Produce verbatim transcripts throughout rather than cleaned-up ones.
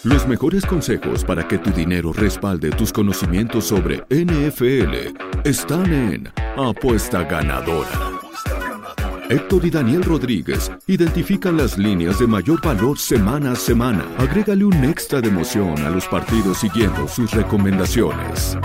Los mejores consejos para que tu dinero respalde tus conocimientos sobre N F L están en Apuesta Ganadora. Héctor y Daniel Rodríguez identifican las líneas de mayor valor semana a semana. Agrégale un extra de emoción a los partidos siguiendo sus recomendaciones.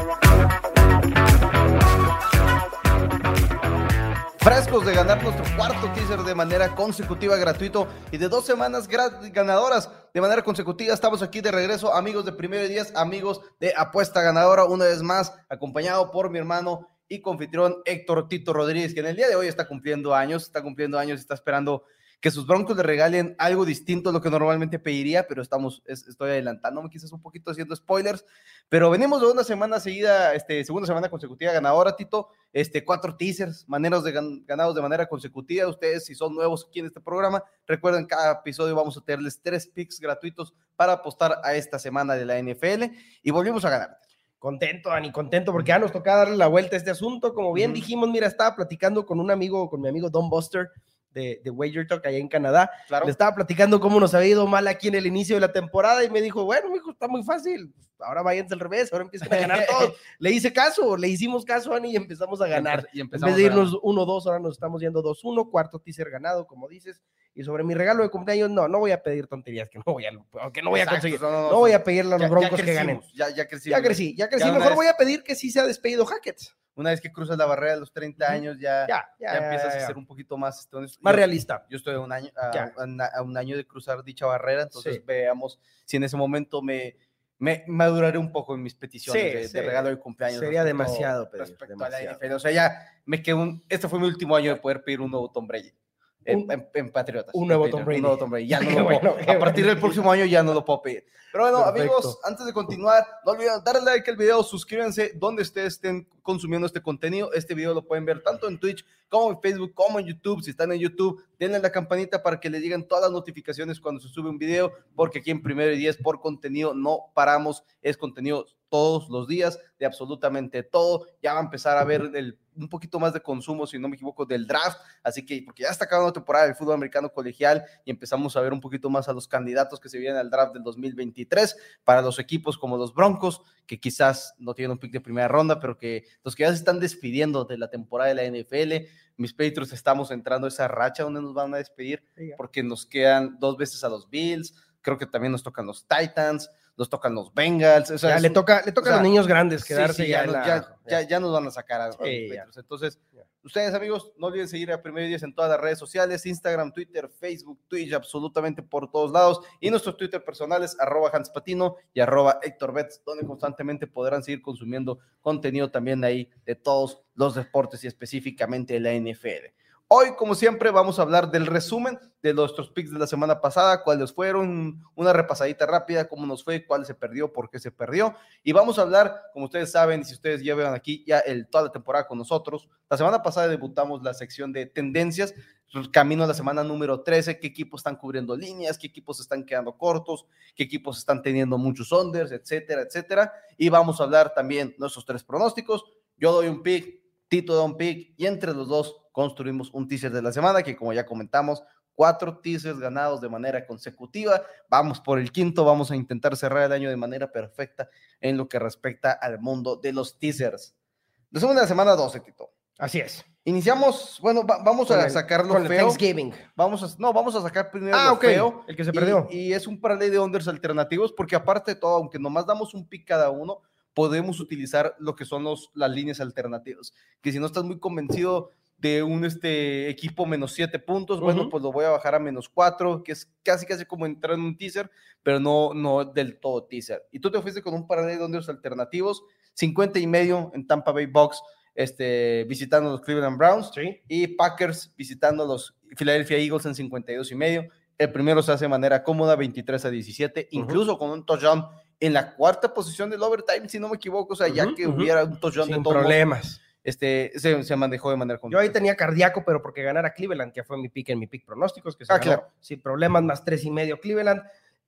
Frescos de ganar nuestro cuarto teaser de manera consecutiva, gratuito, y de dos semanas ganadoras de manera consecutiva. Estamos aquí de regreso, amigos de Primero y Diez, amigos de Apuesta Ganadora, una vez más, acompañado por mi hermano y confitrión Héctor Tito Rodríguez, que en el día de hoy está cumpliendo años, está cumpliendo años y está esperando que sus Broncos le regalen algo distinto a lo que normalmente pediría, pero estamos, es, estoy adelantándome quizás un poquito haciendo spoilers, pero venimos de una semana seguida, este, segunda semana consecutiva ganadora, Tito, este, cuatro teasers, maneras de gan- ganados de manera consecutiva. Ustedes, si son nuevos aquí en este programa, recuerden, cada episodio vamos a tenerles tres picks gratuitos para apostar a esta semana de la N F L, y volvimos a ganar. Contento, Dani, contento, porque ya nos toca darle la vuelta a este asunto. Como bien uh-huh. dijimos, mira, estaba platicando con un amigo, con mi amigo Don Buster, de, de Wager Talk allá en Canadá. Claro. Le estaba platicando cómo nos había ido mal aquí en el inicio de la temporada y me dijo, bueno, mijo, está muy fácil, ahora váyanse al revés, ahora empiezan a ganar todos. Le hice caso, le hicimos caso, Ani, y empezamos a ganar. Y empe- y en vez de irnos uno dos, ahora nos estamos yendo dos uno, cuarto teaser ganado, como dices. Y sobre mi regalo de cumpleaños, no, no voy a pedir tonterías que no voy a, que no voy Exacto, a conseguir. no, no, no, no voy a pedirle a los ya, Broncos ya que crecimos, ganen. Ya, ya crecí. Ya crecí, ya crecí. Ya Mejor vez... voy a pedir que sí sea despedido Hackett. Una vez que cruzas la barrera de los treinta años, ya, ya, ya, ya empiezas ya, ya. a ser un poquito más, entonces, más yo, realista. Yo estoy a un, año, a, a, a un año de cruzar dicha barrera, entonces sí. veamos si en ese momento me, me maduraré un poco en mis peticiones sí, de, sí. de regalo de cumpleaños. Sería respecto, demasiado pedir, respecto demasiado. a la N F L. O sea, ya me quedó un, este fue mi último año de poder pedir un nuevo Tom Brady. En, Un, en, en Patriotas. Un nuevo, en Tom Brady. un nuevo Tom Brady. Ya no lo bueno, puedo, a partir del próximo año ya no lo puedo pedir. Pero bueno, perfecto. Amigos, antes de continuar, no olviden darle like al video, suscríbanse donde ustedes estén consumiendo este contenido. Este video lo pueden ver tanto en Twitch como en Facebook, como en YouTube. Si están en YouTube, denle la campanita para que les lleguen todas las notificaciones cuando se sube un video, porque aquí en Primero y Diez por contenido no paramos, es contenido todos los días de absolutamente todo. Ya va a empezar a ver el, un poquito más de consumo, si no me equivoco, del draft, así que porque ya está acabando la temporada del fútbol americano colegial y empezamos a ver un poquito más a los candidatos que se vienen al draft del dos mil veintitrés para los equipos como los Broncos, que quizás no tienen un pick de primera ronda, pero que los que ya se están despidiendo de la temporada de la N F L. Mis Patriots estamos entrando a esa racha donde nos van a despedir, porque nos quedan dos veces a los Bills, creo que también nos tocan los Titans, nos tocan los Bengals. O sea, ya le un, toca, le toca o sea, a los niños grandes quedarse sí, sí, ya, ya, la, ya, ya, ya. ya nos van a sacar a los sí, Patriots. Entonces, ya. Ustedes, amigos, no olviden seguir a Primero y Diez en todas las redes sociales, Instagram, Twitter, Facebook, Twitch, absolutamente por todos lados, y nuestros Twitter personales, arroba Hans Patino y arroba Héctor Betts, donde constantemente podrán seguir consumiendo contenido también ahí de todos los deportes y específicamente de la N F L. Hoy, como siempre, vamos a hablar del resumen de nuestros picks de la semana pasada, cuáles fueron, una repasadita rápida, cómo nos fue, cuál se perdió, por qué se perdió, y vamos a hablar, como ustedes saben, y si ustedes ya vean aquí ya el, toda la temporada con nosotros, la semana pasada debutamos la sección de tendencias, camino a la semana número trece, qué equipos están cubriendo líneas, qué equipos están quedando cortos, qué equipos están teniendo muchos unders, etcétera, etcétera, y vamos a hablar también nuestros tres pronósticos. Yo doy un pick, Tito da un pick, y entre los dos construimos un teaser de la semana, que como ya comentamos, cuatro teasers ganados de manera consecutiva. Vamos por el quinto, vamos a intentar cerrar el año de manera perfecta en lo que respecta al mundo de los teasers. Resumen de la semana doce, Tito. Así es. Iniciamos, bueno, va, vamos con a el, sacar lo con feo. Thanksgiving. Vamos a, no, vamos a sacar primero ah, lo okay. feo. El que se perdió. Y, y es un parlay de unders alternativos, porque aparte de todo, aunque nomás damos un pick cada uno, podemos utilizar lo que son los, las líneas alternativas. Que si no estás muy convencido de un este, equipo menos siete puntos, uh-huh. bueno, pues lo voy a bajar a menos cuatro, que es casi casi como entrar en un teaser, pero no, no del todo teaser. Y tú te fuiste con un parlay de unders alternativos, cincuenta y medio en Tampa Bay Bucks, este, visitando los Cleveland Browns, sí. y Packers visitando los Philadelphia Eagles en cincuenta y dos y medio. El primero se hace de manera cómoda, veintitrés a diecisiete, uh-huh. incluso con un touchdown en la cuarta posición del overtime, si no me equivoco, o sea, uh-huh, ya que uh-huh. hubiera un touchdown sin de todos problemas. Este, se, se manejó de manera completa. Yo ahí tenía cardíaco, pero porque ganara Cleveland, que fue mi pick en mi pick pronósticos, que se ah, ganó claro. sin problemas, más tres y medio Cleveland.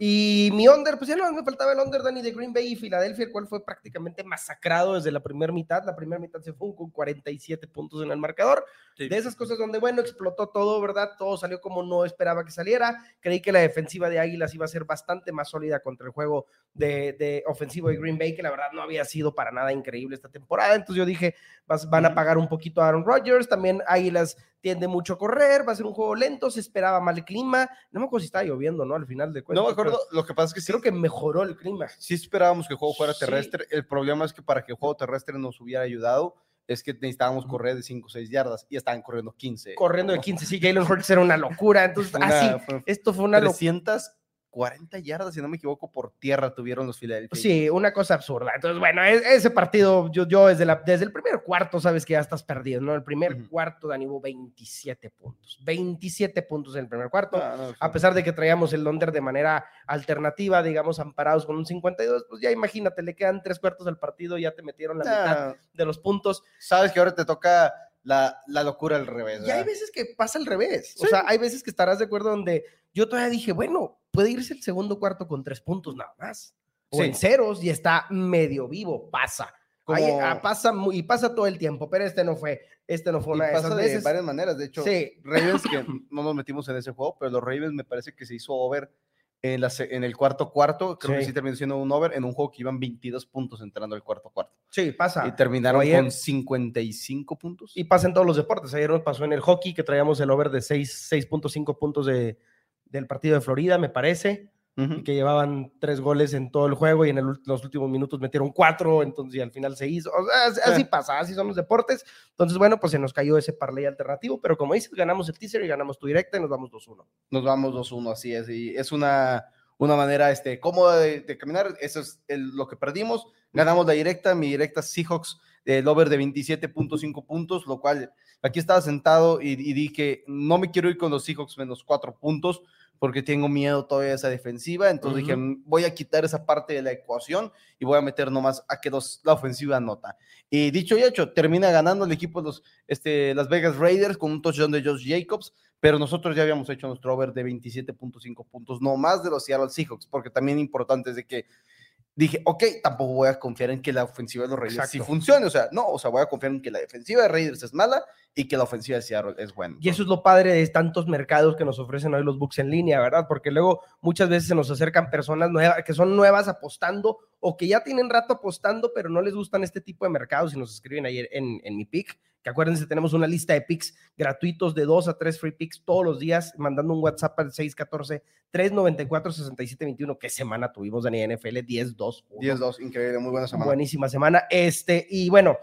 Y mi under, pues ya no me faltaba el under, Dani, de Green Bay y Filadelfia, el cual fue prácticamente masacrado desde la primera mitad. La primera mitad se fue con cuarenta y siete puntos en el marcador. Sí. De esas cosas donde, bueno, explotó todo, ¿verdad? Todo salió como no esperaba que saliera. Creí que la defensiva de Águilas iba a ser bastante más sólida contra el juego de, de ofensivo de Green Bay, que la verdad no había sido para nada increíble esta temporada. Entonces yo dije, vas, van a pagar un poquito a Aaron Rodgers. También Águilas tiende mucho a correr, va a ser un juego lento, se esperaba mal clima. No me acuerdo si estaba lloviendo, ¿no? Al final de cuentas. No me acuerdo, lo que pasa es que sí, creo que mejoró el clima. Sí esperábamos que el juego fuera terrestre. Sí. El problema es que para que el juego terrestre nos hubiera ayudado, es que necesitábamos correr de cinco o seis yardas y estaban corriendo quince. Corriendo de quince, sí, Jalen Hurts era una locura. Entonces, una, así, fue esto fue una locura. trescientas cuarenta yardas, si no me equivoco, por tierra tuvieron los Philadelphia. Sí, una cosa absurda. Entonces, bueno, ese partido, yo, yo desde, la, desde el primer cuarto, sabes que ya estás perdido, ¿no? El primer uh-huh. cuarto, Dani, hubo veintisiete puntos. veintisiete puntos en el primer cuarto. Ah, no, sí. A pesar de que traíamos el under de manera alternativa, digamos, amparados con un cincuenta y dos, pues ya imagínate, le quedan tres cuartos al partido, ya te metieron la ah. mitad de los puntos. Sabes que ahora te toca la, la locura al revés, ¿verdad? Y hay veces que pasa al revés. Sí. O sea, hay veces que estarás de acuerdo donde yo todavía dije, bueno, puede irse el segundo cuarto con tres puntos nada más. O sí. en ceros y está medio vivo, pasa. Como... Ahí, ah, pasa muy, y pasa todo el tiempo, pero este no fue, este no fue una de esas veces. De varias maneras, de hecho, sí. Ravens, que no nos metimos en ese juego, pero los Ravens me parece que se hizo over en, la, en el cuarto cuarto, creo sí. que sí terminó siendo un over en un juego que iban veintidós puntos entrando al cuarto cuarto. Sí, pasa. Y terminaron ayer, con cincuenta y cinco puntos. Y pasa en todos los deportes. Ayer nos pasó en el hockey que traíamos el over de seis punto cinco puntos de, del partido de Florida, me parece. Uh-huh. Y que llevaban tres goles en todo el juego y en el, los últimos minutos metieron cuatro, entonces y al final se hizo, o sea, así eh. pasa, así son los deportes. Entonces bueno, pues se nos cayó ese parlay alternativo, pero como dices, ganamos el teaser y ganamos tu directa y nos vamos dos uno. Nos vamos dos uno, así es, y es una, una manera este, cómoda de, de caminar. Eso es el, lo que perdimos. Ganamos la directa, mi directa Seahawks, el over de veintisiete punto cinco puntos, lo cual aquí estaba sentado y, y dije, no me quiero ir con los Seahawks menos cuatro puntos, porque tengo miedo todavía a esa defensiva, entonces uh-huh. dije, voy a quitar esa parte de la ecuación y voy a meter nomás a que los, la ofensiva anota. Y dicho y hecho, termina ganando el equipo de los este, Las Vegas Raiders con un touchdown de Josh Jacobs, pero nosotros ya habíamos hecho nuestro over de veintisiete punto cinco puntos, no más de los Seattle Seahawks, porque también importante es de que dije, ok, tampoco voy a confiar en que la ofensiva de los Raiders Exacto. sí funcione, o sea, no, o sea, voy a confiar en que la defensiva de Raiders es mala y que la ofensiva de Seattle es buena. Y eso es lo padre de tantos mercados que nos ofrecen hoy los books en línea, ¿verdad? Porque luego muchas veces se nos acercan personas nuevas, que son nuevas apostando o que ya tienen rato apostando, pero no les gustan este tipo de mercados y nos escriben ayer en, en mi pick, que acuérdense, tenemos una lista de picks gratuitos de dos a tres free picks todos los días, mandando un WhatsApp al seis uno cuatro, tres nueve cuatro, seis siete dos uno. ¿Qué semana tuvimos, Dani? N F L diez dos. diez dos, increíble, muy buena semana. Buenísima semana. Este, y bueno,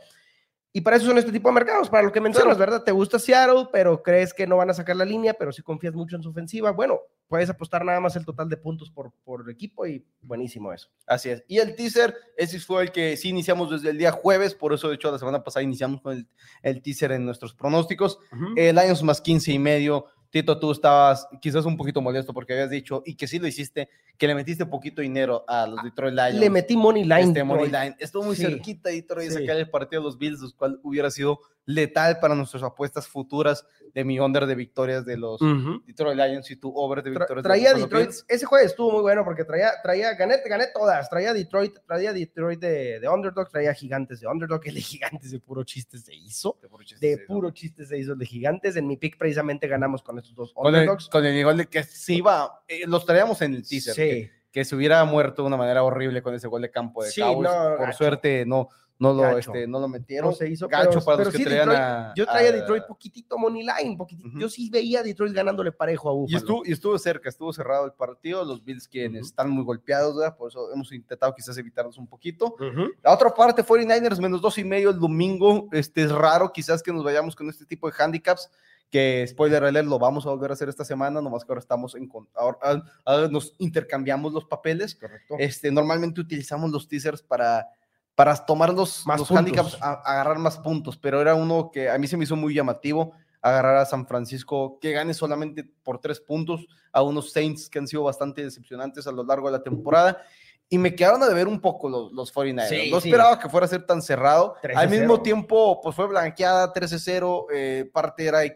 y para eso son este tipo de mercados, para lo que mencionas, sí. ¿verdad? Te gusta Seattle, pero crees que no van a sacar la línea, pero sí confías mucho en su ofensiva. Bueno, puedes apostar nada más el total de puntos por, por equipo y buenísimo eso. Así es. Y el teaser, ese fue el que sí iniciamos desde el día jueves, por eso de hecho la semana pasada iniciamos con el, el teaser en nuestros pronósticos. Uh-huh. Eh, Lions más quince y medio. Tito, tú estabas quizás un poquito molesto porque habías dicho, y que sí lo hiciste, que le metiste poquito dinero a los Detroit Lions. Le metí money line. Este money line. Estuvo muy sí. cerquita Detroit de sí. sacar el partido de los Bills, lo cual hubiera sido letal para nuestras apuestas futuras de mi under de victorias de los uh-huh. Detroit Lions y tu over de victorias. Tra- traía de Detroit, Bills. Ese jueves estuvo muy bueno porque traía, traía gané, gané todas, traía Detroit, traía Detroit de, de underdog, traía Gigantes de underdog, el de Gigantes de puro chiste se hizo, de puro chiste, de se, puro hizo. chiste se hizo el de Gigantes. En mi pick precisamente ganamos con estos dos con underdogs. El, con el gol de que se iba, eh, los traíamos en el teaser, sí. que, que se hubiera muerto de una manera horrible con ese gol de campo de sí, Cowboys. No, por gacho. suerte no No lo, este, no lo metieron. No se hizo, gacho pero, para pero los sí, que traían Detroit, a... Yo traía a, Detroit poquitito money line, poquitito. Uh-huh. Yo sí veía a Detroit ganándole parejo a Buffalo. Y estuvo, y estuvo cerca, estuvo cerrado el partido. Los Bills quienes uh-huh. están muy golpeados, ¿verdad? Por eso hemos intentado quizás evitarnos un poquito. Uh-huh. La otra parte, cuarenta y nueve ers menos dos y medio el domingo. Este, es raro quizás que nos vayamos con este tipo de handicaps, que spoiler alert, lo vamos a volver a hacer esta semana, nomás que ahora estamos en, ahora, ahora nos intercambiamos los papeles. Correcto. Este, normalmente utilizamos los teasers para... para tomar los, los handicaps, a, a agarrar más puntos, pero era uno que a mí se me hizo muy llamativo, agarrar a San Francisco, que gane solamente por tres puntos, a unos Saints que han sido bastante decepcionantes a lo largo de la temporada, y me quedaron a deber un poco los, los cuarenta y nueve ers. Sí, no sí. esperaba que fuera a ser tan cerrado, al mismo tiempo, pues fue blanqueada, trece cero, eh, parte era de que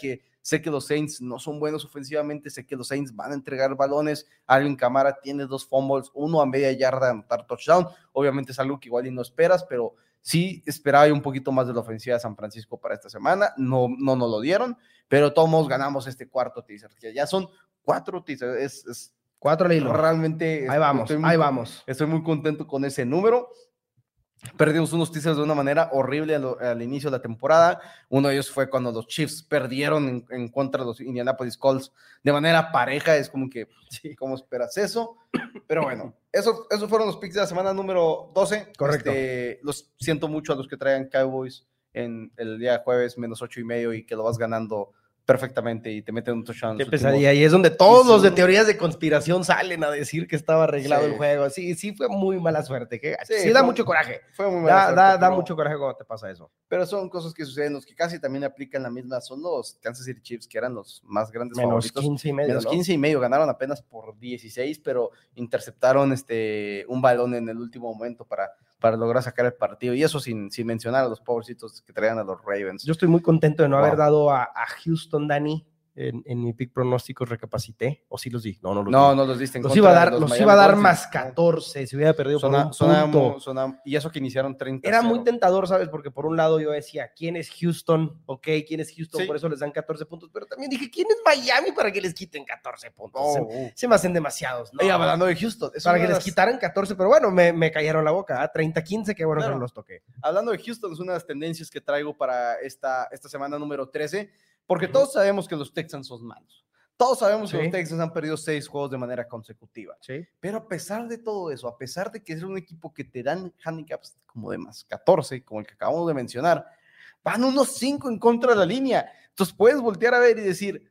sé que los Saints no son buenos ofensivamente, sé que los Saints van a entregar balones, Alvin Kamara tiene dos fumbles, uno a media yarda de anotar touchdown, obviamente es algo que igual y no esperas, pero sí esperaba un poquito más de la ofensiva de San Francisco para esta semana, no, no nos lo dieron, pero todos ganamos este cuarto teaser, que ya son cuatro teasers, es, es cuatro al hilo. Realmente ahí vamos, estoy muy, ahí vamos. Estoy muy contento con ese número. Perdimos unos teasers de una manera horrible al, al inicio de la temporada. Uno de ellos fue cuando los Chiefs perdieron en, en contra de los Indianapolis Colts de manera pareja. Es como que, sí, ¿cómo esperas eso? Pero bueno, eso, esos fueron los picks de la semana número doce. Correcto. Este, los siento mucho a los que traigan Cowboys en el día jueves, menos ocho y medio, y que lo vas ganando perfectamente y te meten un touchdown. Qué pesadilla, y es donde todos los de teorías de conspiración salen a decir que estaba arreglado sí. el juego. Sí, sí fue muy mala suerte. Que, sí, sí da fue, mucho coraje. Fue muy mala da, suerte. Da, pero, da mucho coraje cuando te pasa eso. Pero son cosas que suceden, los que casi también aplican la misma, son los Kansas City Chiefs, que eran los más grandes menos favoritos. quince y medio, menos ¿no? quince y medio, ganaron apenas por dieciséis, pero interceptaron este, un balón en el último momento para, para lograr sacar el partido. Y eso sin, sin mencionar a los pobrecitos que traían a los Ravens. Yo estoy muy contento de no wow. haber dado a, a Houston, Dani. En, en mi pick pronósticos recapacité, o sí los di, no, no los no, di. No los diste en los iba a dar, los, los iba a dar más catorce, si hubiera perdido Sona, por un punto. Sona, sona, y eso que iniciaron treinta. Era muy tentador, ¿sabes? Porque por un lado yo decía, ¿quién es Houston? Ok, ¿quién es Houston? Sí. Por eso les dan catorce puntos, pero también dije, ¿quién es Miami para que les quiten catorce puntos? Oh, se, oh. se me hacen demasiados, ¿no? Y hablando de Houston. Para que las... les quitaran catorce, pero bueno, me, me cayeron la boca, ¿eh? treinta a quince, qué bueno claro. que no los toqué. Hablando de Houston, es una de las tendencias que traigo para esta, esta semana número trece, porque uh-huh. todos sabemos que los Texans son malos. Todos sabemos sí. que los Texans han perdido seis juegos de manera consecutiva. Sí. Pero a pesar de todo eso, a pesar de que es un equipo que te dan handicaps como de más catorce, como el que acabamos de mencionar, van unos cinco en contra de la línea. Entonces puedes voltear a ver y decir,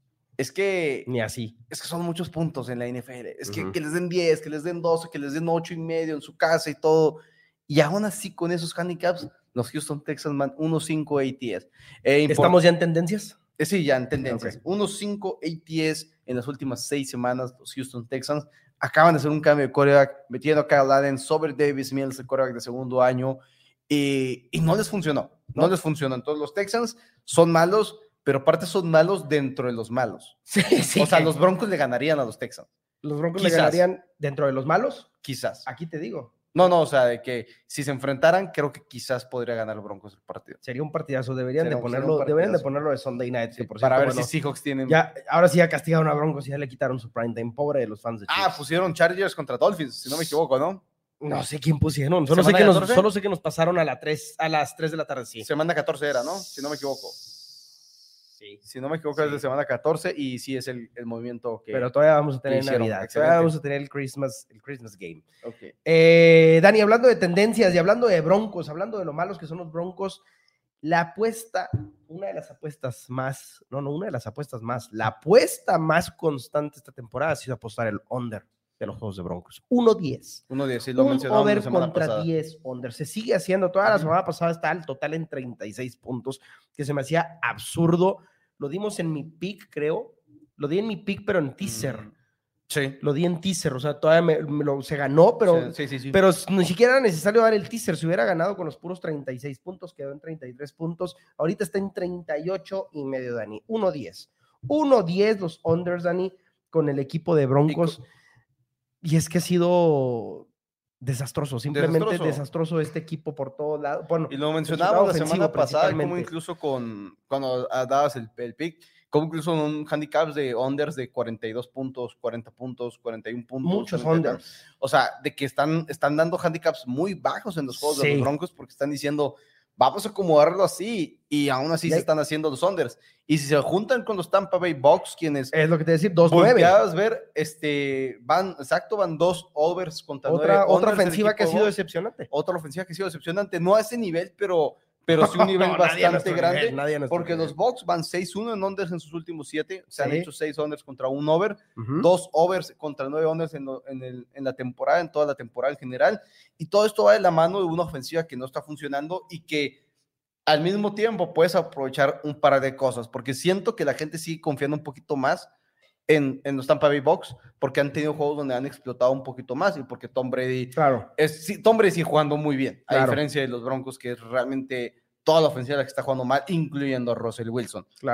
es que... Ni así. Es que son muchos puntos en la N F L. Es uh-huh. que, que les den diez, que les den doce, que les den ocho y medio en su casa y todo. Y aún así con esos handicaps, los Houston Texans van uno cinco A T S. Eh, ¿Estamos ya en tendencias? Sí, ya en tendencias. Okay. uno cinco A T S en las últimas seis semanas. Los Houston Texans acaban de hacer un cambio de quarterback, metiendo a Kyle Allen sobre Davis Mills, el quarterback de segundo año, y, y no les funcionó. No, no les funcionó. Entonces, los Texans son malos, pero aparte son malos dentro de los malos. Sí, sí. O sea, los Broncos le ganarían a los Texans. ¿Los Broncos Quizás. le ganarían dentro de los malos? Quizás. Aquí te digo. No, no, o sea, de que si se enfrentaran, creo que quizás podría ganar Broncos el partido. Sería un partidazo, deberían, Sería, de, ponerlo, deberían de ponerlo de Sunday Night. Sí, por para cierto, ver bueno, si Seahawks tienen... Ya, ahora sí ya castigaron a Broncos y ya le quitaron su prime time, pobre de los fans de Chiefs. Ah, pusieron Chargers contra Dolphins, si no me equivoco, ¿no? No sé quién pusieron, solo, sé que, nos, solo sé que nos pasaron a, la tres, a las tres de la tarde, sí. Semana catorce era, ¿no? Si no me equivoco. Sí. Si no me equivoco, sí. es de semana catorce y sí es el, el movimiento que... Pero todavía vamos a tener Navidad, Excelente. todavía vamos a tener el Christmas, el Christmas Game. Okay. Eh, Dani, hablando de tendencias y hablando de Broncos, hablando de lo malos que son los Broncos, la apuesta, una de las apuestas más, no, no, una de las apuestas más, la apuesta más constante esta temporada ha sido apostar el under de los juegos de Broncos. uno diez. uno diez, sí lo Un mencionamos over la semana contra pasada. diez under. Se sigue haciendo. Toda la semana pasada está el total en treinta y seis puntos, que se me hacía absurdo. Lo dimos en mi pick, creo. Lo di en mi pick, pero en teaser. Mm, sí. Lo di en teaser. O sea, todavía me, me lo, se ganó, pero, sí, sí, sí. pero ni siquiera era necesario dar el teaser. Se hubiera ganado con los puros treinta y seis puntos. Quedó en treinta y tres puntos. Ahorita está en treinta y ocho y medio, Dani. uno diez. uno diez los unders, Dani, con el equipo de Broncos. Y es que ha sido desastroso, simplemente desastroso, desastroso este equipo por todos lados. Bueno, y lo mencionábamos la semana pasada, como incluso con, cuando dabas el, el pick, como incluso un handicaps de unders de cuarenta y dos puntos, cuarenta puntos, cuarenta y un puntos. Muchos unders. O sea, de que están, están dando handicaps muy bajos en los juegos sí. de los Broncos porque están diciendo, vamos a acomodarlo así, y aún así y se están haciendo los unders. Y si se juntan con los Tampa Bay Bucks, quienes... Es lo que te decía, dos nueve. ver, este, van, exacto, van dos overs contra otra, nueve. Otra ofensiva que ha sido decepcionante. Otra ofensiva que ha sido decepcionante. No a ese nivel, pero, pero sí un nivel no, bastante grande. Nivel, porque nivel. los Bucks van seis uno en unders en sus últimos siete. Se sí. han hecho seis unders contra un over. Uh-huh. Dos overs contra nueve unders en, lo, en, el, en la temporada, en toda la temporada en general. Y todo esto va de la mano de una ofensiva que no está funcionando y que al mismo tiempo puedes aprovechar un par de cosas, porque siento que la gente sigue confiando un poquito más en, en los Tampa Bay Bucks, porque han tenido juegos donde han explotado un poquito más y porque Tom Brady, claro. es, sí, Tom Brady sigue jugando muy bien, a claro. diferencia de los Broncos, que es realmente toda la ofensiva la que está jugando mal, incluyendo a Russell Wilson. Claro.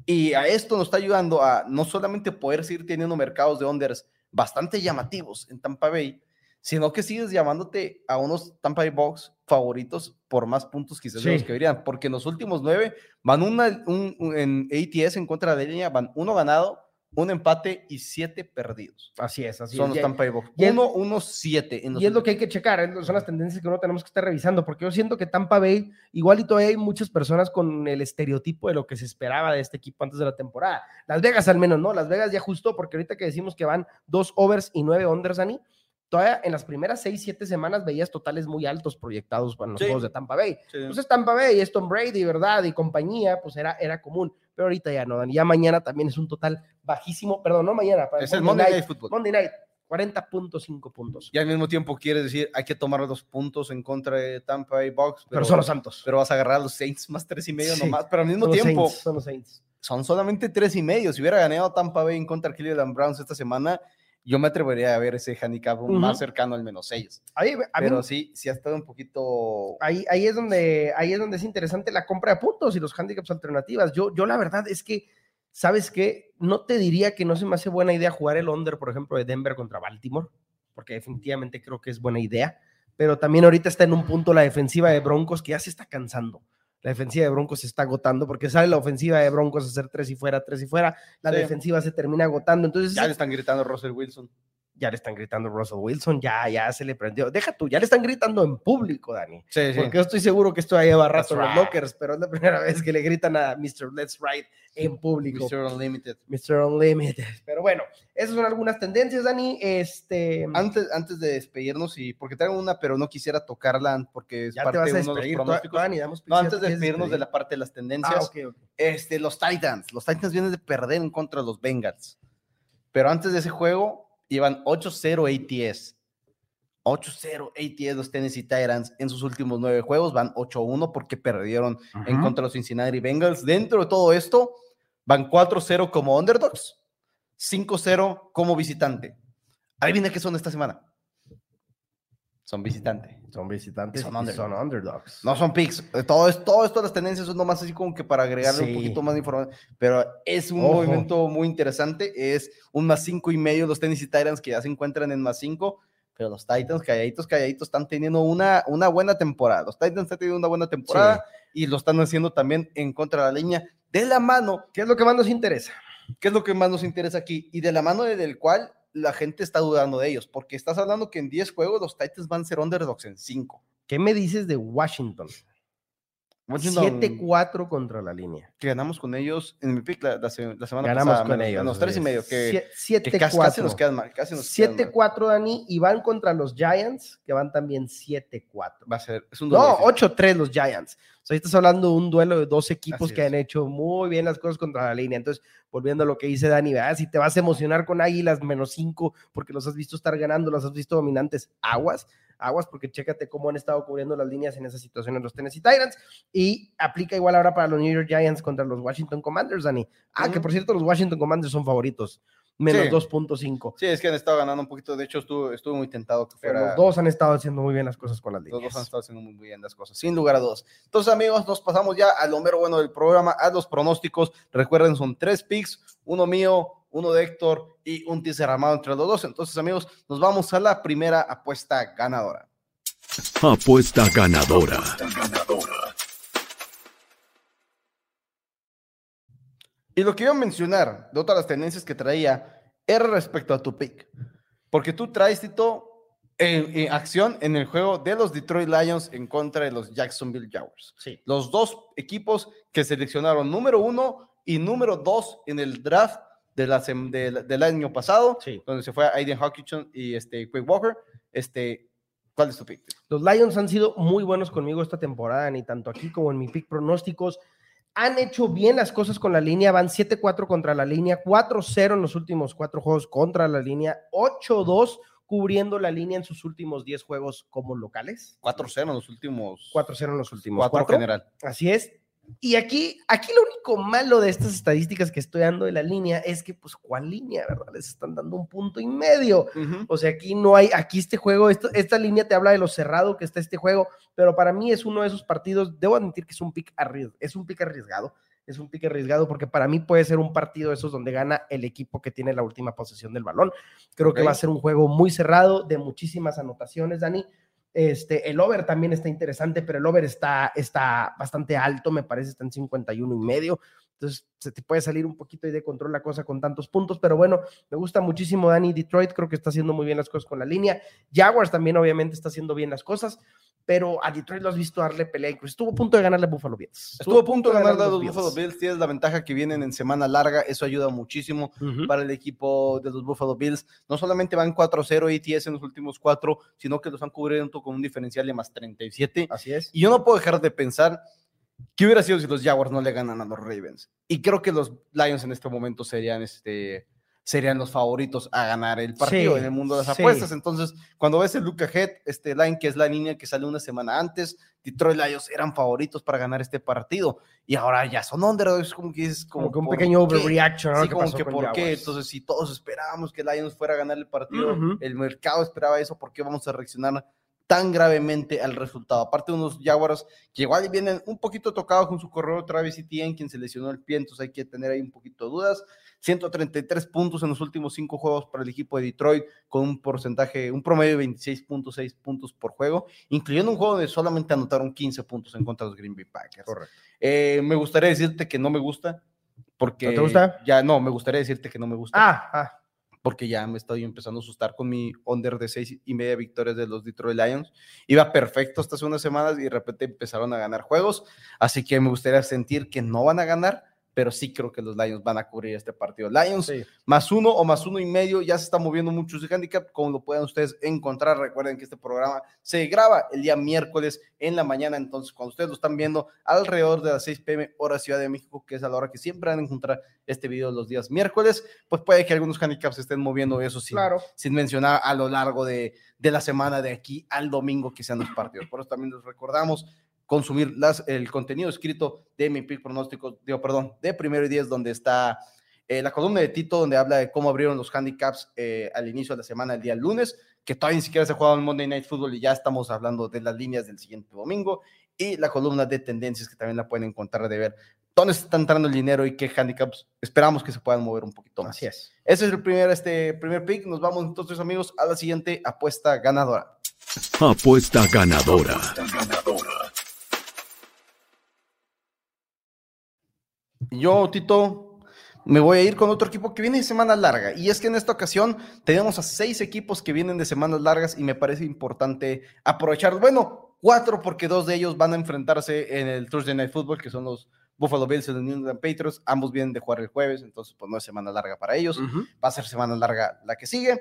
Y a esto nos está ayudando a no solamente poder seguir teniendo mercados de unders bastante llamativos en Tampa Bay, sino que sigues llamándote a unos Tampa Bay Bucks favoritos por más puntos quizás Sí. de los que deberían, porque en los últimos nueve van una, un, un- en A T S en contra de la línea, van uno ganado, un empate y siete perdidos. Así es, así Son es. los Ya- Tampa Bay Bucks. y es- Uno, uno, siete. En los Y es lo que hay últimos- que checar, ¿eh? Son las tendencias que uno tenemos que estar revisando, porque yo siento que Tampa Bay, igual y todavía hay muchas personas con el estereotipo de lo que se esperaba de este equipo antes de la temporada. Las Vegas al menos, ¿no? Las Vegas ya ajustó, porque ahorita que decimos que van dos overs y nueve unders, Dani, todavía en las primeras seis, siete semanas veías totales muy altos proyectados para los Sí. juegos de Tampa Bay. Sí. Entonces Tampa Bay, es Tom Brady, ¿verdad? Y compañía, pues era, era común. Pero ahorita ya no, Dani. Ya mañana también es un total bajísimo, perdón, no mañana. para Es el Monday Night Football. Monday Night, cuarenta punto cinco puntos. Y al mismo tiempo quieres decir, hay que tomar los puntos en contra de Tampa Bay Bucks, Pero, pero, son los Santos. pero vas a agarrar a los Saints más tres y medio Sí. nomás, pero al mismo Son los tiempo Saints, son los Saints. son solamente tres y medio. Si hubiera ganado Tampa Bay en contra de Cleveland Browns esta semana, yo me atrevería a ver ese handicap Ujú. más cercano al menos seis. Ahí, a mí- Pero sí, sí ha estado un poquito... ahí, ahí, es donde, ahí es donde es interesante la compra de puntos y los handicaps alternativas. Yo, yo la verdad es que, ¿sabes qué? No te diría que no se me hace buena idea jugar el under, por ejemplo, de Denver contra Baltimore, porque definitivamente creo que es buena idea, pero también ahorita está en un punto la defensiva de Broncos que ya se está cansando. La defensiva de Broncos se está agotando porque sale la ofensiva de Broncos a hacer tres y fuera, tres y fuera, la Sí. defensiva se termina agotando. Entonces, Ya le están gritando a Russell Wilson. ya le están gritando Russell Wilson, ya, ya se le prendió. Deja tú, ya le están gritando en público, Dani. Sí, sí. Porque yo estoy seguro que esto ya lleva rato That's en los right. lockers, pero es la primera vez que le gritan a mister Let's Ride en público. mister Unlimited. mister Unlimited. Pero bueno, esas son algunas tendencias, Dani. Este, Antes, antes de despedirnos, y porque traigo una, pero no quisiera tocarla porque es ya te parte vas a de uno de los despedir, pronósticos. Dani, damos No, prisa, antes de ¿quieres despedirnos de despedir? la parte de las tendencias, Ah, ok, ok. este, los Titans. Los Titans vienen de perder en contra de los Bengals. Pero antes de ese juego, iban ocho cero A T S. ocho cero A T S los Tennessee Titans en sus últimos nueve juegos. Van ocho uno porque perdieron en Ujú. contra de los Cincinnati Bengals. Dentro de todo esto, van cuatro cero como underdogs, cinco cero como visitante. Adivina qué son esta semana. Son visitante. Son visitantes Son y underdogs. son underdogs. No son picks. Eh, Todo, es, todo esto, las tendencias son nomás así como que para agregarle Sí. un poquito más de información. Pero es un Ojo. movimiento muy interesante. Es un más cinco y medio los Tennessee Titans que ya se encuentran en más cinco. Pero los Titans, calladitos, calladitos, están teniendo una, una buena temporada. Los Titans están teniendo una buena temporada y lo están haciendo también en contra de la línea. De la mano, ¿Qué es lo que más nos interesa? ¿qué es lo que más nos interesa aquí? Y de la mano de- del cual la gente está dudando de ellos. Porque estás hablando que en diez juegos los Titans van a ser underdogs en cinco. ¿Qué me dices de Washington? siete cuatro contra la línea. Que ganamos con ellos en mi pick la, la se- la semana Ganamos pasada. con menos- ellos. menos tres y medio. Que, siete que casi, casi nos quedan mal. Casi nos quedan siete mal. cuatro, Dani, y van contra los Giants, que van también siete cuatro. Va a ser, es un duelo No, difícil. ocho tres los Giants. O sea, ahí estás hablando de un duelo de dos equipos Así que es. han hecho muy bien las cosas contra la línea. Entonces, volviendo a lo que dice Dani, ¿verdad? Si te vas a emocionar con Águilas menos cinco porque los has visto estar ganando, los has visto dominantes, aguas, aguas, porque chécate cómo han estado cubriendo las líneas en esa situación en los Tennessee Titans. Y aplica igual ahora para los New York Giants contra los Washington Commanders, Dani. Ah, Ujú. que por cierto, los Washington Commanders son favoritos. Menos Sí. dos punto cinco. Sí, es que han estado ganando un poquito. De hecho, estuve, estuve muy tentado que Pero fuera. los dos han estado haciendo muy bien las cosas con las Los líneas. dos han estado haciendo muy bien las cosas, sin lugar a dudas. Entonces, amigos, nos pasamos ya a lo mero bueno del programa, a los pronósticos. Recuerden, son tres picks, uno mío, uno de Héctor y un teaser armado entre los dos. Entonces, amigos, nos vamos a la primera apuesta ganadora. Apuesta ganadora. Y lo que iba a mencionar de otras las tendencias que traía era respecto a tu pick. Porque tú traes, Tito, en, en acción en el juego de los Detroit Lions en contra de los Jacksonville Jaguars. Sí. Los dos equipos que seleccionaron número uno y número dos en el draft de la sem- de la- del año pasado, Sí. donde se fue Aiden Hutchinson y este, Quake Walker. Este, ¿cuál es tu pick? Los Lions han sido muy buenos conmigo esta temporada, ni tanto aquí como en mi pick pronósticos. Han hecho bien las cosas con la línea, van siete cuatro contra la línea, cuatro cero en los últimos cuatro juegos contra la línea, ocho dos cubriendo la línea en sus últimos diez juegos como locales. cuatro cero en los últimos. cuatro cero en los últimos cuatro cuatro. general. Así es. Y aquí, aquí lo único malo de estas estadísticas que estoy dando de la línea es que, pues, ¿cuál línea, verdad? Les están dando un punto y medio. Ujú. O sea, aquí no hay, aquí este juego, esto, esta línea te habla de lo cerrado que está este juego, pero para mí es uno de esos partidos, debo admitir que es un pick arriesgado, es un pick arriesgado, es un pick arriesgado porque para mí puede ser un partido de esos donde gana el equipo que tiene la última posesión del balón. Creo okay. que va a ser un juego muy cerrado, de muchísimas anotaciones, Dani. Este, el over también está interesante, pero el over está, está bastante alto, me parece, está en cincuenta y uno y medio. Entonces se te puede salir un poquito ahí de control la cosa con tantos puntos, pero bueno, me gusta muchísimo Dani. Detroit creo que está haciendo muy bien las cosas con la línea. Jaguars también obviamente está haciendo bien las cosas, pero a Detroit lo has visto darle pelea, incluso estuvo a punto de ganarle a Buffalo Bills. Estuvo a punto de ganarle a los Buffalo Bills, tienes la ventaja que vienen en semana larga, eso ayuda muchísimo uh-huh. para el equipo de los Buffalo Bills. No solamente van cuatro cero A T S en los últimos cuatro, sino que los han cubierto con un diferencial de más treinta y siete. Así es. Y yo no puedo dejar de pensar ¿qué hubiera sido si los Jaguars no le ganan a los Ravens? Y creo que los Lions en este momento serían, este, serían los favoritos a ganar el partido sí, en el mundo de las sí. apuestas. Entonces, cuando ves el look ahead, este line, que es la línea que sale una semana antes, Detroit Lions eran favoritos para ganar este partido. Y ahora ya son underdogs, como que es como, como que un pequeño overreaction. Sí, como que por qué. Entonces, si todos esperábamos que Lions fuera a ganar el partido, uh-huh. el mercado esperaba eso, ¿por qué vamos a reaccionar tan gravemente al resultado? Aparte de unos Jaguars que igual vienen un poquito tocados con su corredor Travis Etienne, quien se lesionó el pie, entonces hay que tener ahí un poquito de dudas. ciento treinta y tres puntos en los últimos cinco juegos para el equipo de Detroit, con un porcentaje, un promedio de veintiséis punto seis puntos por juego, incluyendo un juego donde solamente anotaron quince puntos en contra de los Green Bay Packers. Correcto. Eh, me gustaría decirte que no me gusta, porque... ¿No te gusta? Ya no, me gustaría decirte que no me gusta. Ah, ah. porque ya me estoy empezando a asustar con mi under de seis y media victorias de los Detroit Lions. Iba perfecto estas unas semanas y de repente empezaron a ganar juegos, así que me gustaría sentir que no van a ganar, pero sí creo que los Lions van a cubrir este partido. Lions, sí. más uno o más uno y medio, ya se está moviendo mucho su handicap, como lo puedan ustedes encontrar. Recuerden que este programa se graba el día miércoles en la mañana, entonces cuando ustedes lo están viendo alrededor de las seis pe eme hora Ciudad de México, que es a la hora que siempre van a encontrar este video los días miércoles, pues puede que algunos handicaps se estén moviendo, eso sin, claro. sin mencionar a lo largo de, de la semana de aquí al domingo que sean los partidos. Por eso también les recordamos consumir las, el contenido escrito de mi pick pronóstico, digo, perdón, de Primero y Diez, donde está eh, la columna de Tito, donde habla de cómo abrieron los handicaps eh, al inicio de la semana, el día lunes, que todavía ni siquiera se ha jugado en Monday Night Football y ya estamos hablando de las líneas del siguiente domingo, y la columna de tendencias, que también la pueden encontrar de ver dónde está entrando el dinero y qué handicaps esperamos que se puedan mover un poquito más. Así es. Ese es el primer, este, primer pick. Nos vamos entonces, amigos, a la siguiente apuesta ganadora. Apuesta ganadora. Yo, Tito, me voy a ir con otro equipo que viene de semana larga, y es que en esta ocasión tenemos a seis equipos que vienen de semanas largas y me parece importante aprovechar, bueno, cuatro, porque dos de ellos van a enfrentarse en el Thursday Night Football, que son los Buffalo Bills y los New England Patriots. Ambos vienen de jugar el jueves, entonces pues no es semana larga para ellos. Uh-huh. Va a ser semana larga la que sigue.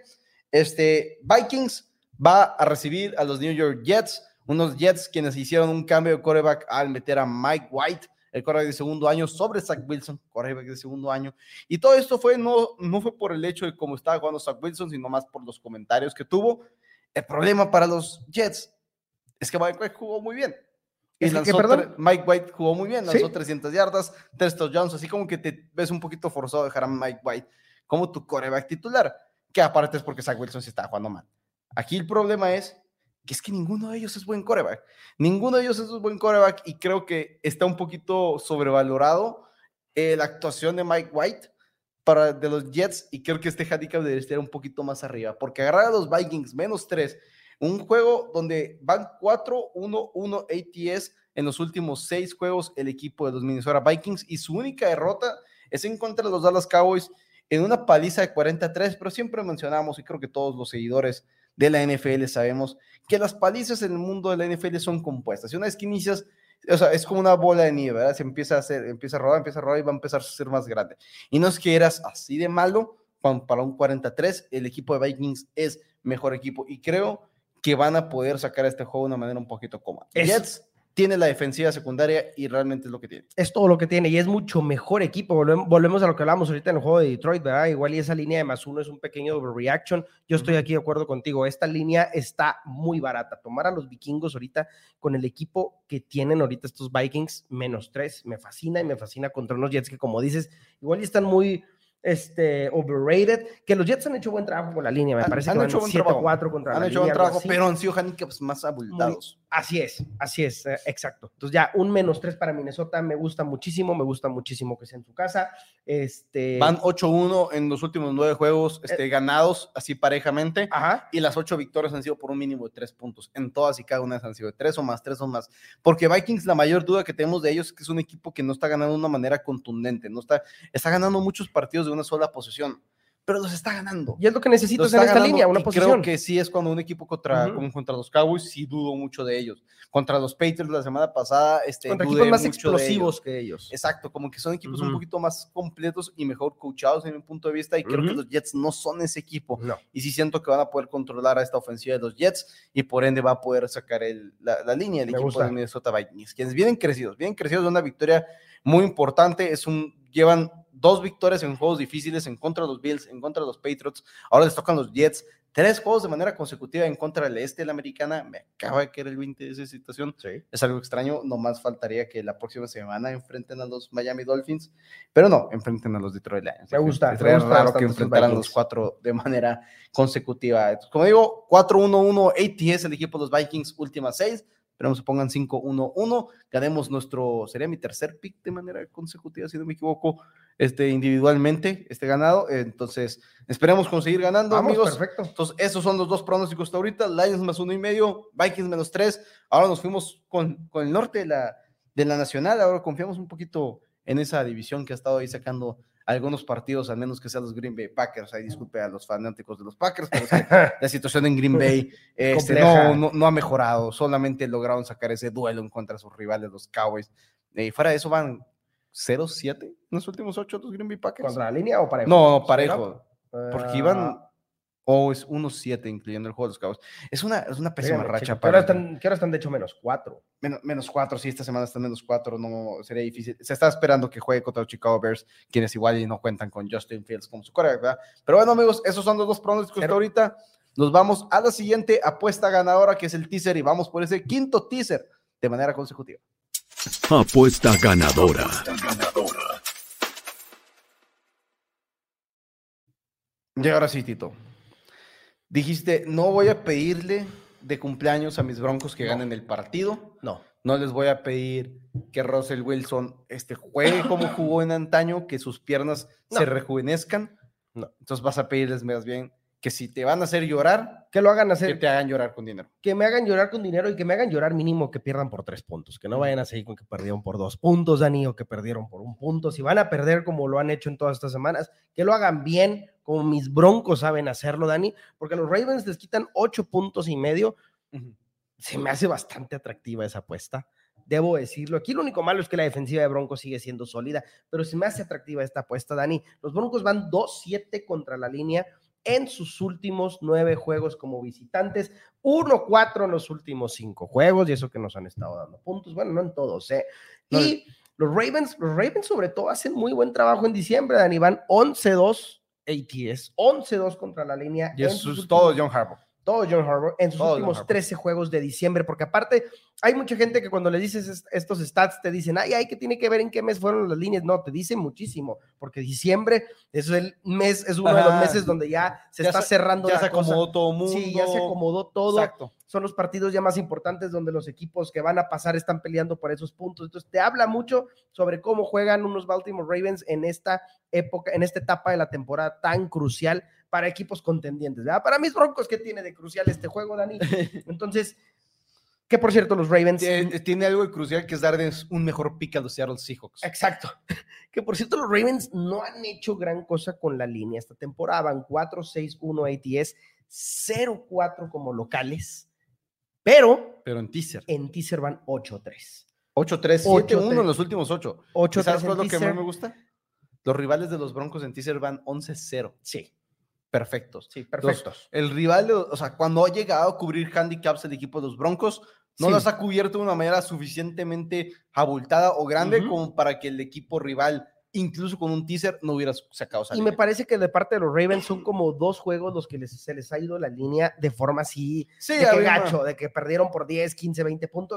Este, Vikings va a recibir a los New York Jets, unos Jets quienes hicieron un cambio de quarterback al meter a Mike White, el quarterback de segundo año, sobre Zach Wilson, quarterback de segundo año, y todo esto fue, no, no fue por el hecho de cómo estaba jugando Zach Wilson, sino más por los comentarios que tuvo. El problema para los Jets es que Mike White jugó muy bien. Y ¿Es lanzó que, perdón? Mike White jugó muy bien, lanzó ¿Sí? trescientas yardas, tres touchdowns, así como que te ves un poquito forzado a dejar a Mike White como tu quarterback titular, que aparte es porque Zach Wilson se está jugando mal. Aquí el problema es que es que ninguno de ellos es buen quarterback. Ninguno de ellos es un buen quarterback y creo que está un poquito sobrevalorado eh, la actuación de Mike White para, de los Jets, y creo que este handicap debería estar un poquito más arriba, porque agarrar a los Vikings menos tres, un juego donde van cuatro uno uno A T S en los últimos seis juegos el equipo de los Minnesota Vikings, y su única derrota es en contra de los Dallas Cowboys en una paliza de cuarenta a tres, pero siempre mencionamos, y creo que todos los seguidores de la N F L sabemos que las palizas en el mundo de la N F L son compuestas, y una vez que inicias, o sea, es como una bola de nieve, ¿verdad? Se empieza a hacer, empieza a rodar, empieza a rodar y va a empezar a ser más grande, y no es que eras así de malo, cuando para un cuarenta a tres, el equipo de Vikings es mejor equipo, y creo que van a poder sacar este juego de una manera un poquito cómoda. Es... Jets tiene la defensiva secundaria y realmente es lo que tiene. Es todo lo que tiene y es mucho mejor equipo. Volvemos, volvemos a lo que hablamos ahorita en el juego de Detroit, ¿verdad? Igual y esa línea de más uno es un pequeño overreaction. Yo estoy aquí de acuerdo contigo. Esta línea está muy barata. Tomar a los vikingos ahorita con el equipo que tienen ahorita estos Vikings, menos tres, me fascina y me fascina contra unos Jets que, como dices, igual y están muy... este, overrated, que los Jets han hecho buen trabajo con la línea, me parece han que hecho van buen siete trabajo. cuatro contra han la hecho línea. buen trabajo, pero han sido handicaps más abultados. Muy, así es, así es, eh, exacto. Entonces ya un menos tres para Minnesota, me gusta muchísimo, me gusta muchísimo que sea en su casa. Este... Van ocho uno en los últimos nueve juegos este, eh, ganados, así parejamente, ajá. y las ocho victorias han sido por un mínimo de tres puntos. En todas y cada una han sido de tres o más, tres o más. Porque Vikings, la mayor duda que tenemos de ellos es que es un equipo que no está ganando de una manera contundente, no está, está ganando muchos partidos de una sola posesión, pero los está ganando. Y es lo que necesitas en esta ganando, línea, una posición. Creo que sí es cuando un equipo contra, uh-huh. como contra los Cowboys, sí dudo mucho de ellos. Contra los Patriots la semana pasada, este, contra equipos más explosivos ellos. que ellos. Exacto, como que son equipos uh-huh. un poquito más completos y mejor coachados en mi punto de vista, y creo uh-huh. que los Jets no son ese equipo. No. Y sí siento que van a poder controlar a esta ofensiva de los Jets, y por ende va a poder sacar el, la, la línea del Me equipo gusta. de Minnesota Vikings, quienes vienen crecidos, vienen crecidos de una victoria muy importante. Es un, llevan dos victorias en juegos difíciles en contra de los Bills, en contra de los Patriots, ahora les tocan los Jets, tres juegos de manera consecutiva en contra del este de la americana. Me acaba de caer el veinte de esa situación, sí. Es algo extraño, nomás faltaría que la próxima semana enfrenten a los Miami Dolphins, pero no, enfrenten a los Detroit Lions. Me gusta, es raro gusta que enfrentaran los cuatro de manera consecutiva. Entonces, como digo, cuatro uno uno A T S el equipo de los Vikings, últimas seis. Esperemos que pongan cinco uno uno, ganemos nuestro, sería mi tercer pick de manera consecutiva, si no me equivoco, este, individualmente, este ganado. Entonces, esperemos conseguir ganando, Vamos, amigos. Perfecto. Entonces, esos son los dos pronósticos hasta ahorita: Lions más uno y medio, Vikings menos tres. Ahora nos fuimos con, con el norte de la, de la nacional, ahora confiamos un poquito en esa división que ha estado ahí sacando algunos partidos, al menos que sean los Green Bay Packers. Ahí disculpe a los fanáticos de los Packers, pero es que la situación en Green Bay este, no, no, no ha mejorado, solamente lograron sacar ese duelo en contra de sus rivales, los Cowboys. Y fuera de eso van cero siete en los últimos ocho los Green Bay Packers. ¿Contra la línea o parejo? No, no parejo, uh... porque iban... o oh, es uno siete incluyendo el juego de los Cowboys. Es una, es una pésima Dígame, racha. ¿Qué hora están, ¿Qué hora están de hecho menos cuatro? Menos, menos cuatro, sí, esta semana están menos cuatro, no sería difícil. Se está esperando que juegue contra los Chicago Bears, quienes igual y no cuentan con Justin Fields como su coreback, ¿verdad? Pero bueno, amigos, esos son los dos pronósticos hasta ahorita. Nos vamos a la siguiente apuesta ganadora, que es el teaser, y vamos por ese quinto teaser de manera consecutiva. Apuesta ganadora. Y ahora sí, Tito. Dijiste, no voy a pedirle de cumpleaños a mis Broncos que no. ganen el partido. No. No les voy a pedir que Russell Wilson este, juegue como jugó en antaño, que sus piernas no. se rejuvenezcan. No. Entonces vas a pedirles más bien que si te van a hacer llorar, que lo hagan hacer. Que te hagan llorar con dinero. Que me hagan llorar con dinero y que me hagan llorar mínimo que pierdan por tres puntos. Que no vayan a seguir con que perdieron por dos puntos, Dani, o que perdieron por un punto. Si van a perder como lo han hecho en todas estas semanas, que lo hagan bien, como mis Broncos saben hacerlo, Dani, porque los Ravens les quitan ocho puntos y medio. Uh-huh. Se me hace bastante atractiva esa apuesta, debo decirlo. Aquí lo único malo es que la defensiva de Broncos sigue siendo sólida, pero se me hace atractiva esta apuesta, Dani. Los Broncos van dos siete contra la línea en sus últimos nueve juegos como visitantes, uno cuatro en los últimos cinco juegos, y eso que nos han estado dando puntos, bueno, no en todos, ¿eh? Y no. los Ravens, los Ravens sobre todo hacen muy buen trabajo en diciembre, Dani, van once dos A T S, once dos contra la línea. Y eso es todo John Harbaugh. Todo John Harbaugh en sus todo últimos trece juegos de diciembre, porque aparte hay mucha gente que cuando le dices estos stats te dicen, ay, ay, ¿qué tiene que ver en qué mes fueron las líneas? No, te dicen muchísimo, porque diciembre es el mes, es uno Ajá. de los meses donde ya se ya está se, cerrando ya la se acomodó cosa. todo el mundo. Sí, ya se acomodó todo. Exacto. Son los partidos ya más importantes donde los equipos que van a pasar están peleando por esos puntos. Entonces te habla mucho sobre cómo juegan unos Baltimore Ravens en esta época, en esta etapa de la temporada tan crucial para equipos contendientes, ¿verdad? Para mis Broncos, ¿qué tiene de crucial este juego, Dani? Entonces, que por cierto, los Ravens... Tiene, tiene algo de crucial, que es darles un mejor pick a los Seattle Seahawks. Exacto. Que por cierto, los Ravens no han hecho gran cosa con la línea esta temporada. Van cuatro seis uno A T S, cero cuatro como locales, pero... Pero en teaser. En teaser van ocho tres. ocho tres, siete uno en los últimos ocho. ocho ¿Sabes cuál es lo que más me gusta? Los rivales de los Broncos en teaser van once cero. Sí. Perfectos. Sí, perfectos. Entonces, el rival, o sea, cuando ha llegado a cubrir handicaps el equipo de los Broncos, no sí. los ha cubierto de una manera suficientemente abultada o grande uh-huh. como para que el equipo rival, incluso con un teaser, no hubiera sacado esa Y línea. me parece que de parte de los Ravens son como dos juegos los que les, se les ha ido la línea de forma así, sí, de que gacho, de que perdieron por diez, quince, veinte puntos,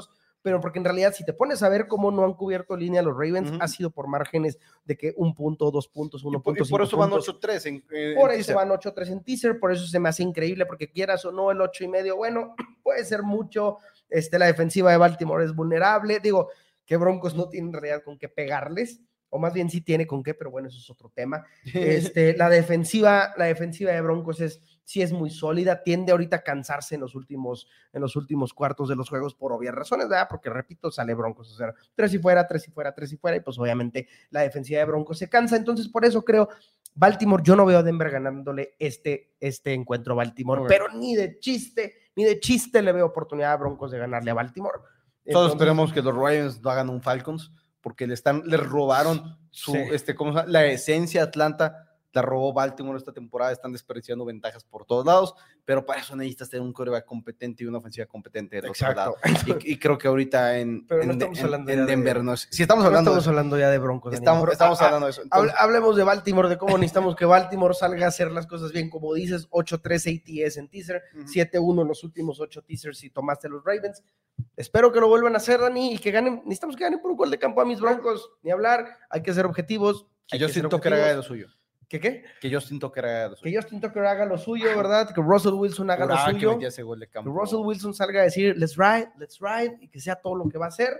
pero porque en realidad si te pones a ver cómo no han cubierto línea los Ravens, uh-huh. ha sido por márgenes de que un punto, dos puntos, uno punto cinco. Y por eso van ocho tres en, eh, Por en eso teaser. van ocho tres en teaser, por eso se me hace increíble, porque quieras o no el ocho y medio, bueno, puede ser mucho, este, la defensiva de Baltimore es vulnerable, digo, que Broncos no tienen en realidad con qué pegarles, o más bien sí tiene con qué, pero bueno, eso es otro tema. Este, la defensiva, la defensiva de Broncos es, sí es muy sólida, tiende ahorita a cansarse en los últimos, en los últimos cuartos de los juegos por obvias razones, ¿verdad? Porque repito, sale Broncos, o sea, tres y fuera, tres y fuera, tres y fuera, y pues obviamente la defensiva de Broncos se cansa, entonces por eso creo, Baltimore, yo no veo a Denver ganándole este, este encuentro a Baltimore, okay. pero ni de chiste, ni de chiste le veo oportunidad a Broncos de ganarle a Baltimore. Todos esperemos que los Ravens no hagan un Falcons, porque le están, le robaron su, sí. este, ¿cómo se llama? La esencia de Atlanta, la robó Baltimore esta temporada, están desperdiciando ventajas por todos lados, pero para eso necesitas tener un quarterback competente y una ofensiva competente del Exacto. otro lado. Y, y creo que ahorita en, pero no en, estamos en, hablando en ya Denver, de, no es, si estamos hablando, no estamos de, hablando ya de Broncos. Estamos, pero, estamos ah, hablando de eso. Entonces, hablemos de Baltimore, de cómo necesitamos que Baltimore salga a hacer las cosas bien, como dices, ocho tres A T S en teaser, uh-huh. siete uno en los últimos ocho teasers si tomaste los Ravens. Espero que lo vuelvan a hacer, Dani, y que ganen, necesitamos que ganen por un gol de campo a mis Broncos, ni hablar, hay que ser objetivos. Que yo siento que haga lo suyo. ¿Qué qué? Que Justin Tucker haga lo suyo. Que Justin Tucker haga lo suyo, ¿verdad? Que Russell Wilson haga Ura, lo suyo. Que, ese gol de campo. Que Russell Wilson salga a decir, let's ride, let's ride, y que sea todo lo que va a hacer.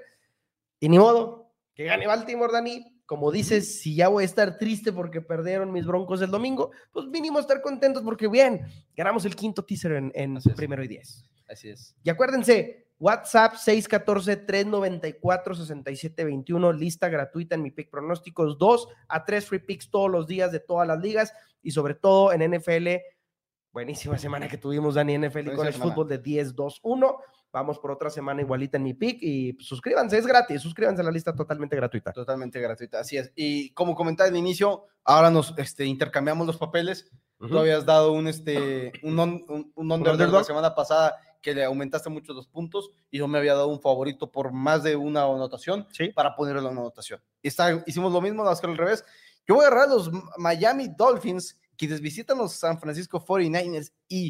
Y ni modo, que gane Baltimore, Dani. Como dices, si ya voy a estar triste porque perdieron mis Broncos el domingo, pues mínimo estar contentos porque bien, ganamos el quinto teaser en, en primero y diez. Así es. Y acuérdense, WhatsApp seis uno cuatro, tres nueve cuatro, seis siete dos uno, lista gratuita en mi pick pronósticos, dos a tres free picks todos los días de todas las ligas y sobre todo en N F L, buenísima semana que tuvimos, Dani, N F L y College Football de diez dos uno, vamos por otra semana igualita en mi pick y pues, suscríbanse, es gratis, suscríbanse a la lista totalmente gratuita. Totalmente gratuita, así es. Y como comentaba al inicio, ahora nos este, intercambiamos los papeles, uh-huh. Tú habías dado un, este, un, un, un, un underdog la semana pasada que le aumentaste mucho los puntos y yo me había dado un favorito por más de una anotación, ¿sí? Para ponerle la anotación. Está, hicimos lo mismo, nada más que al revés. Yo voy a agarrar a los Miami Dolphins que visitan los San Francisco cuarenta y nueve ers y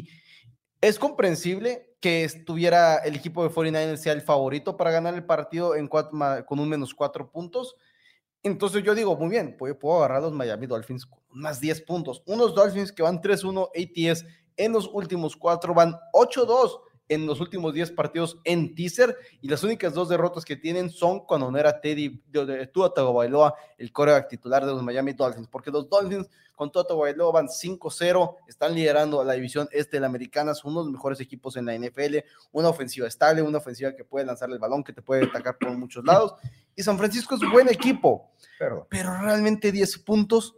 es comprensible que estuviera el equipo de cuarenta y nueve ers sea el favorito para ganar el partido en cuatro, con un menos cuatro puntos. Entonces yo digo, muy bien, puedo, puedo agarrar a los Miami Dolphins con más diez puntos. Unos Dolphins que van tres uno A T S en los últimos cuatro, van ocho dos en los últimos diez partidos en teaser, y las únicas dos derrotas que tienen son cuando no era Teddy Tua Tagovailoa el quarterback titular de los Miami Dolphins, porque los Dolphins con Tua Tagovailoa van cinco cero, están liderando la división este de la americana, son uno de los mejores equipos en la N F L, una ofensiva estable, una ofensiva que puede lanzar el balón, que te puede atacar por muchos lados, y San Francisco es un buen equipo, pero, pero realmente diez puntos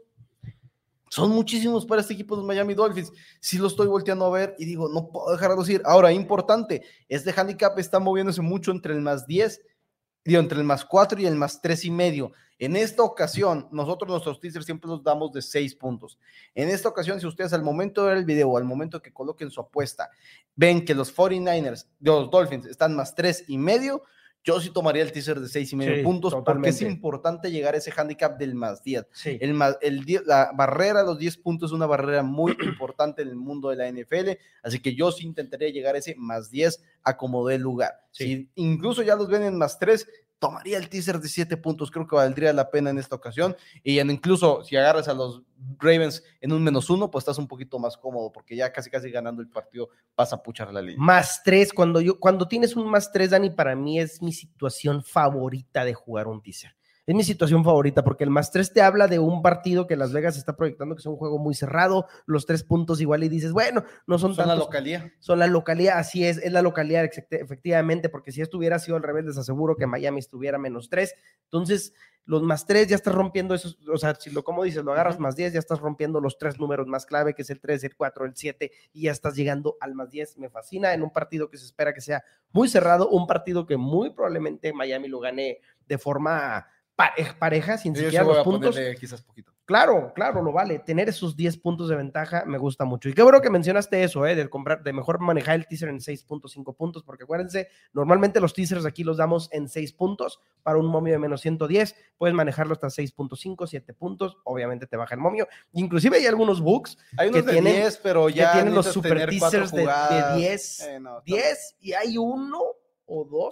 son muchísimos para este equipo de los Miami Dolphins. Sí lo estoy volteando a ver y digo, no puedo dejarlo ir. Ahora, importante, este handicap está moviéndose mucho entre el más diez, digo, entre el más cuatro y el más tres y medio. En esta ocasión, nosotros nuestros teasers siempre los damos de seis puntos. En esta ocasión, si ustedes al momento de ver el video, al momento que coloquen su apuesta, ven que los cuarenta y nueve ers, los Dolphins, están más tres y medio, yo sí tomaría el teaser de seis y medio sí, puntos, totalmente. Porque es importante llegar a ese handicap del más diez. Sí. El más, el, la barrera de los diez puntos es una barrera muy importante en el mundo de la N F L, así que yo sí intentaría llegar a ese más diez a como dé lugar. Sí. Si incluso ya los ven en más tres, tomaría el teaser de siete puntos, creo que valdría la pena en esta ocasión, y en, incluso si agarras a los Ravens en un menos uno, pues estás un poquito más cómodo, porque ya casi casi ganando el partido vas a puchar la línea. Más tres, cuando yo, cuando tienes un más tres, Dani, para mí es mi situación favorita de jugar un teaser. Es mi situación favorita, porque el más tres te habla de un partido que Las Vegas está proyectando que es un juego muy cerrado, los tres puntos igual y dices, bueno, no son, son tantos. Son la localía. Son la localía, así es, es la localidad efectivamente, porque si esto hubiera sido al revés, les aseguro que Miami estuviera menos tres, entonces los más tres ya estás rompiendo esos, o sea, si lo, como dices, lo agarras uh-huh. más diez, ya estás rompiendo los tres números más clave, que es el tres, el cuatro, el siete, y ya estás llegando al más diez, me fascina, en un partido que se espera que sea muy cerrado, un partido que muy probablemente Miami lo gane de forma pareja, sin yo siquiera los puntos. Quizás poquito. Claro, claro, lo vale. Tener esos diez puntos de ventaja me gusta mucho. Y qué bueno que mencionaste eso, ¿eh? De comprar, de mejor manejar el teaser en seis punto cinco puntos, porque acuérdense, normalmente los teasers aquí los damos en seis puntos para un momio de menos ciento diez. Puedes manejarlo hasta seis punto cinco, siete puntos. Obviamente te baja el momio. Inclusive hay algunos books hay unos que de tienen, diez, pero ya que tienen los super teasers de, de diez, eh, no, y hay uno o dos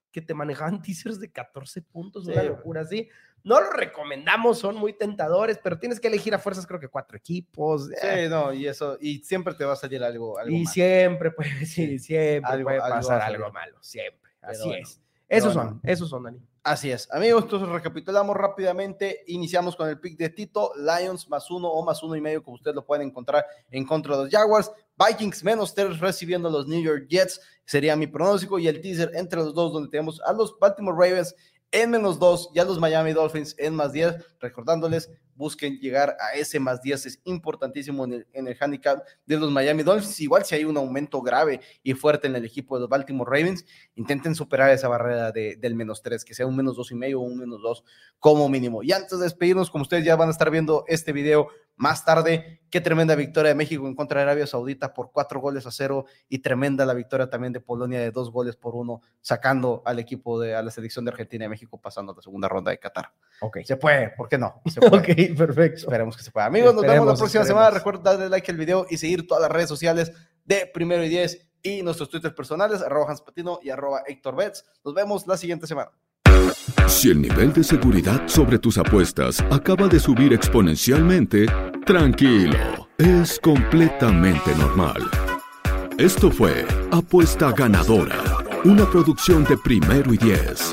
que te manejaban teasers de catorce puntos, Sí, una locura así. No lo recomendamos, son muy tentadores, pero tienes que elegir a fuerzas, creo que cuatro equipos. Sí, eh. no, y eso, y siempre te va a salir algo, algo Y mal. siempre, pues, sí, siempre Algo- puede algo pasar va a algo salir. malo, siempre. Pero Así bueno, es. pero Esos bueno. son, esos son, Dani. Así es, amigos, entonces recapitulamos rápidamente, iniciamos con el pick de Tito, Lions más uno o más uno y medio, como ustedes lo pueden encontrar en contra de los Jaguars, Vikings menos tres recibiendo a los New York Jets, sería mi pronóstico, y el teaser entre los dos, donde tenemos a los Baltimore Ravens en menos dos y a los Miami Dolphins en más diez, recordándoles, busquen llegar a ese más diez, es importantísimo en el, en el handicap de los Miami Dolphins. Igual si hay un aumento grave y fuerte en el equipo de los Baltimore Ravens, intenten superar esa barrera de, del menos tres, que sea un menos dos y medio o un menos dos como mínimo. Y antes de despedirnos, como ustedes ya van a estar viendo este video más tarde, qué tremenda victoria de México en contra de Arabia Saudita por cuatro goles a cero, y tremenda la victoria también de Polonia de dos goles por uno, sacando al equipo de, a la selección de Argentina y México, pasando a la segunda ronda de Qatar. Ok. Se puede, ¿por qué no? Se puede. Ok, perfecto. Esperemos que se pueda. Amigos, nos Esperemos, vemos la próxima esperemos. semana. Recuerden darle like al video y seguir todas las redes sociales de Primero y Diez y nuestros twitters personales, arroba Hans Patino y arroba Héctor Betts. Nos vemos la siguiente semana. Si el nivel de seguridad sobre tus apuestas acaba de subir exponencialmente, tranquilo, es completamente normal. Esto fue Apuesta Ganadora, una producción de Primero y Diez.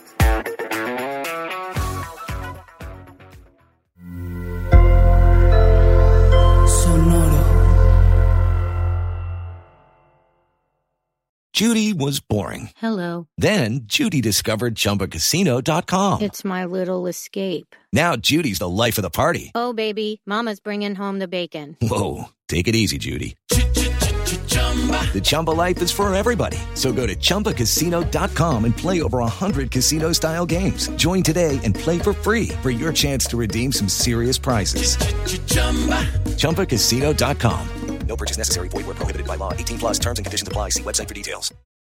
Judy was boring. Hello. Then Judy discovered Chumba Casino dot com. It's my little escape. Now Judy's the life of the party. Oh, baby, mama's bringing home the bacon. Whoa, take it easy, Judy. The Chumba life is for everybody. So go to Chumba Casino dot com and play over one hundred casino-style games. Join today and play for free for your chance to redeem some serious prizes. Chumba Casino dot com. No purchase necessary. Void where prohibited by law. eighteen plus terms and conditions apply. See website for details.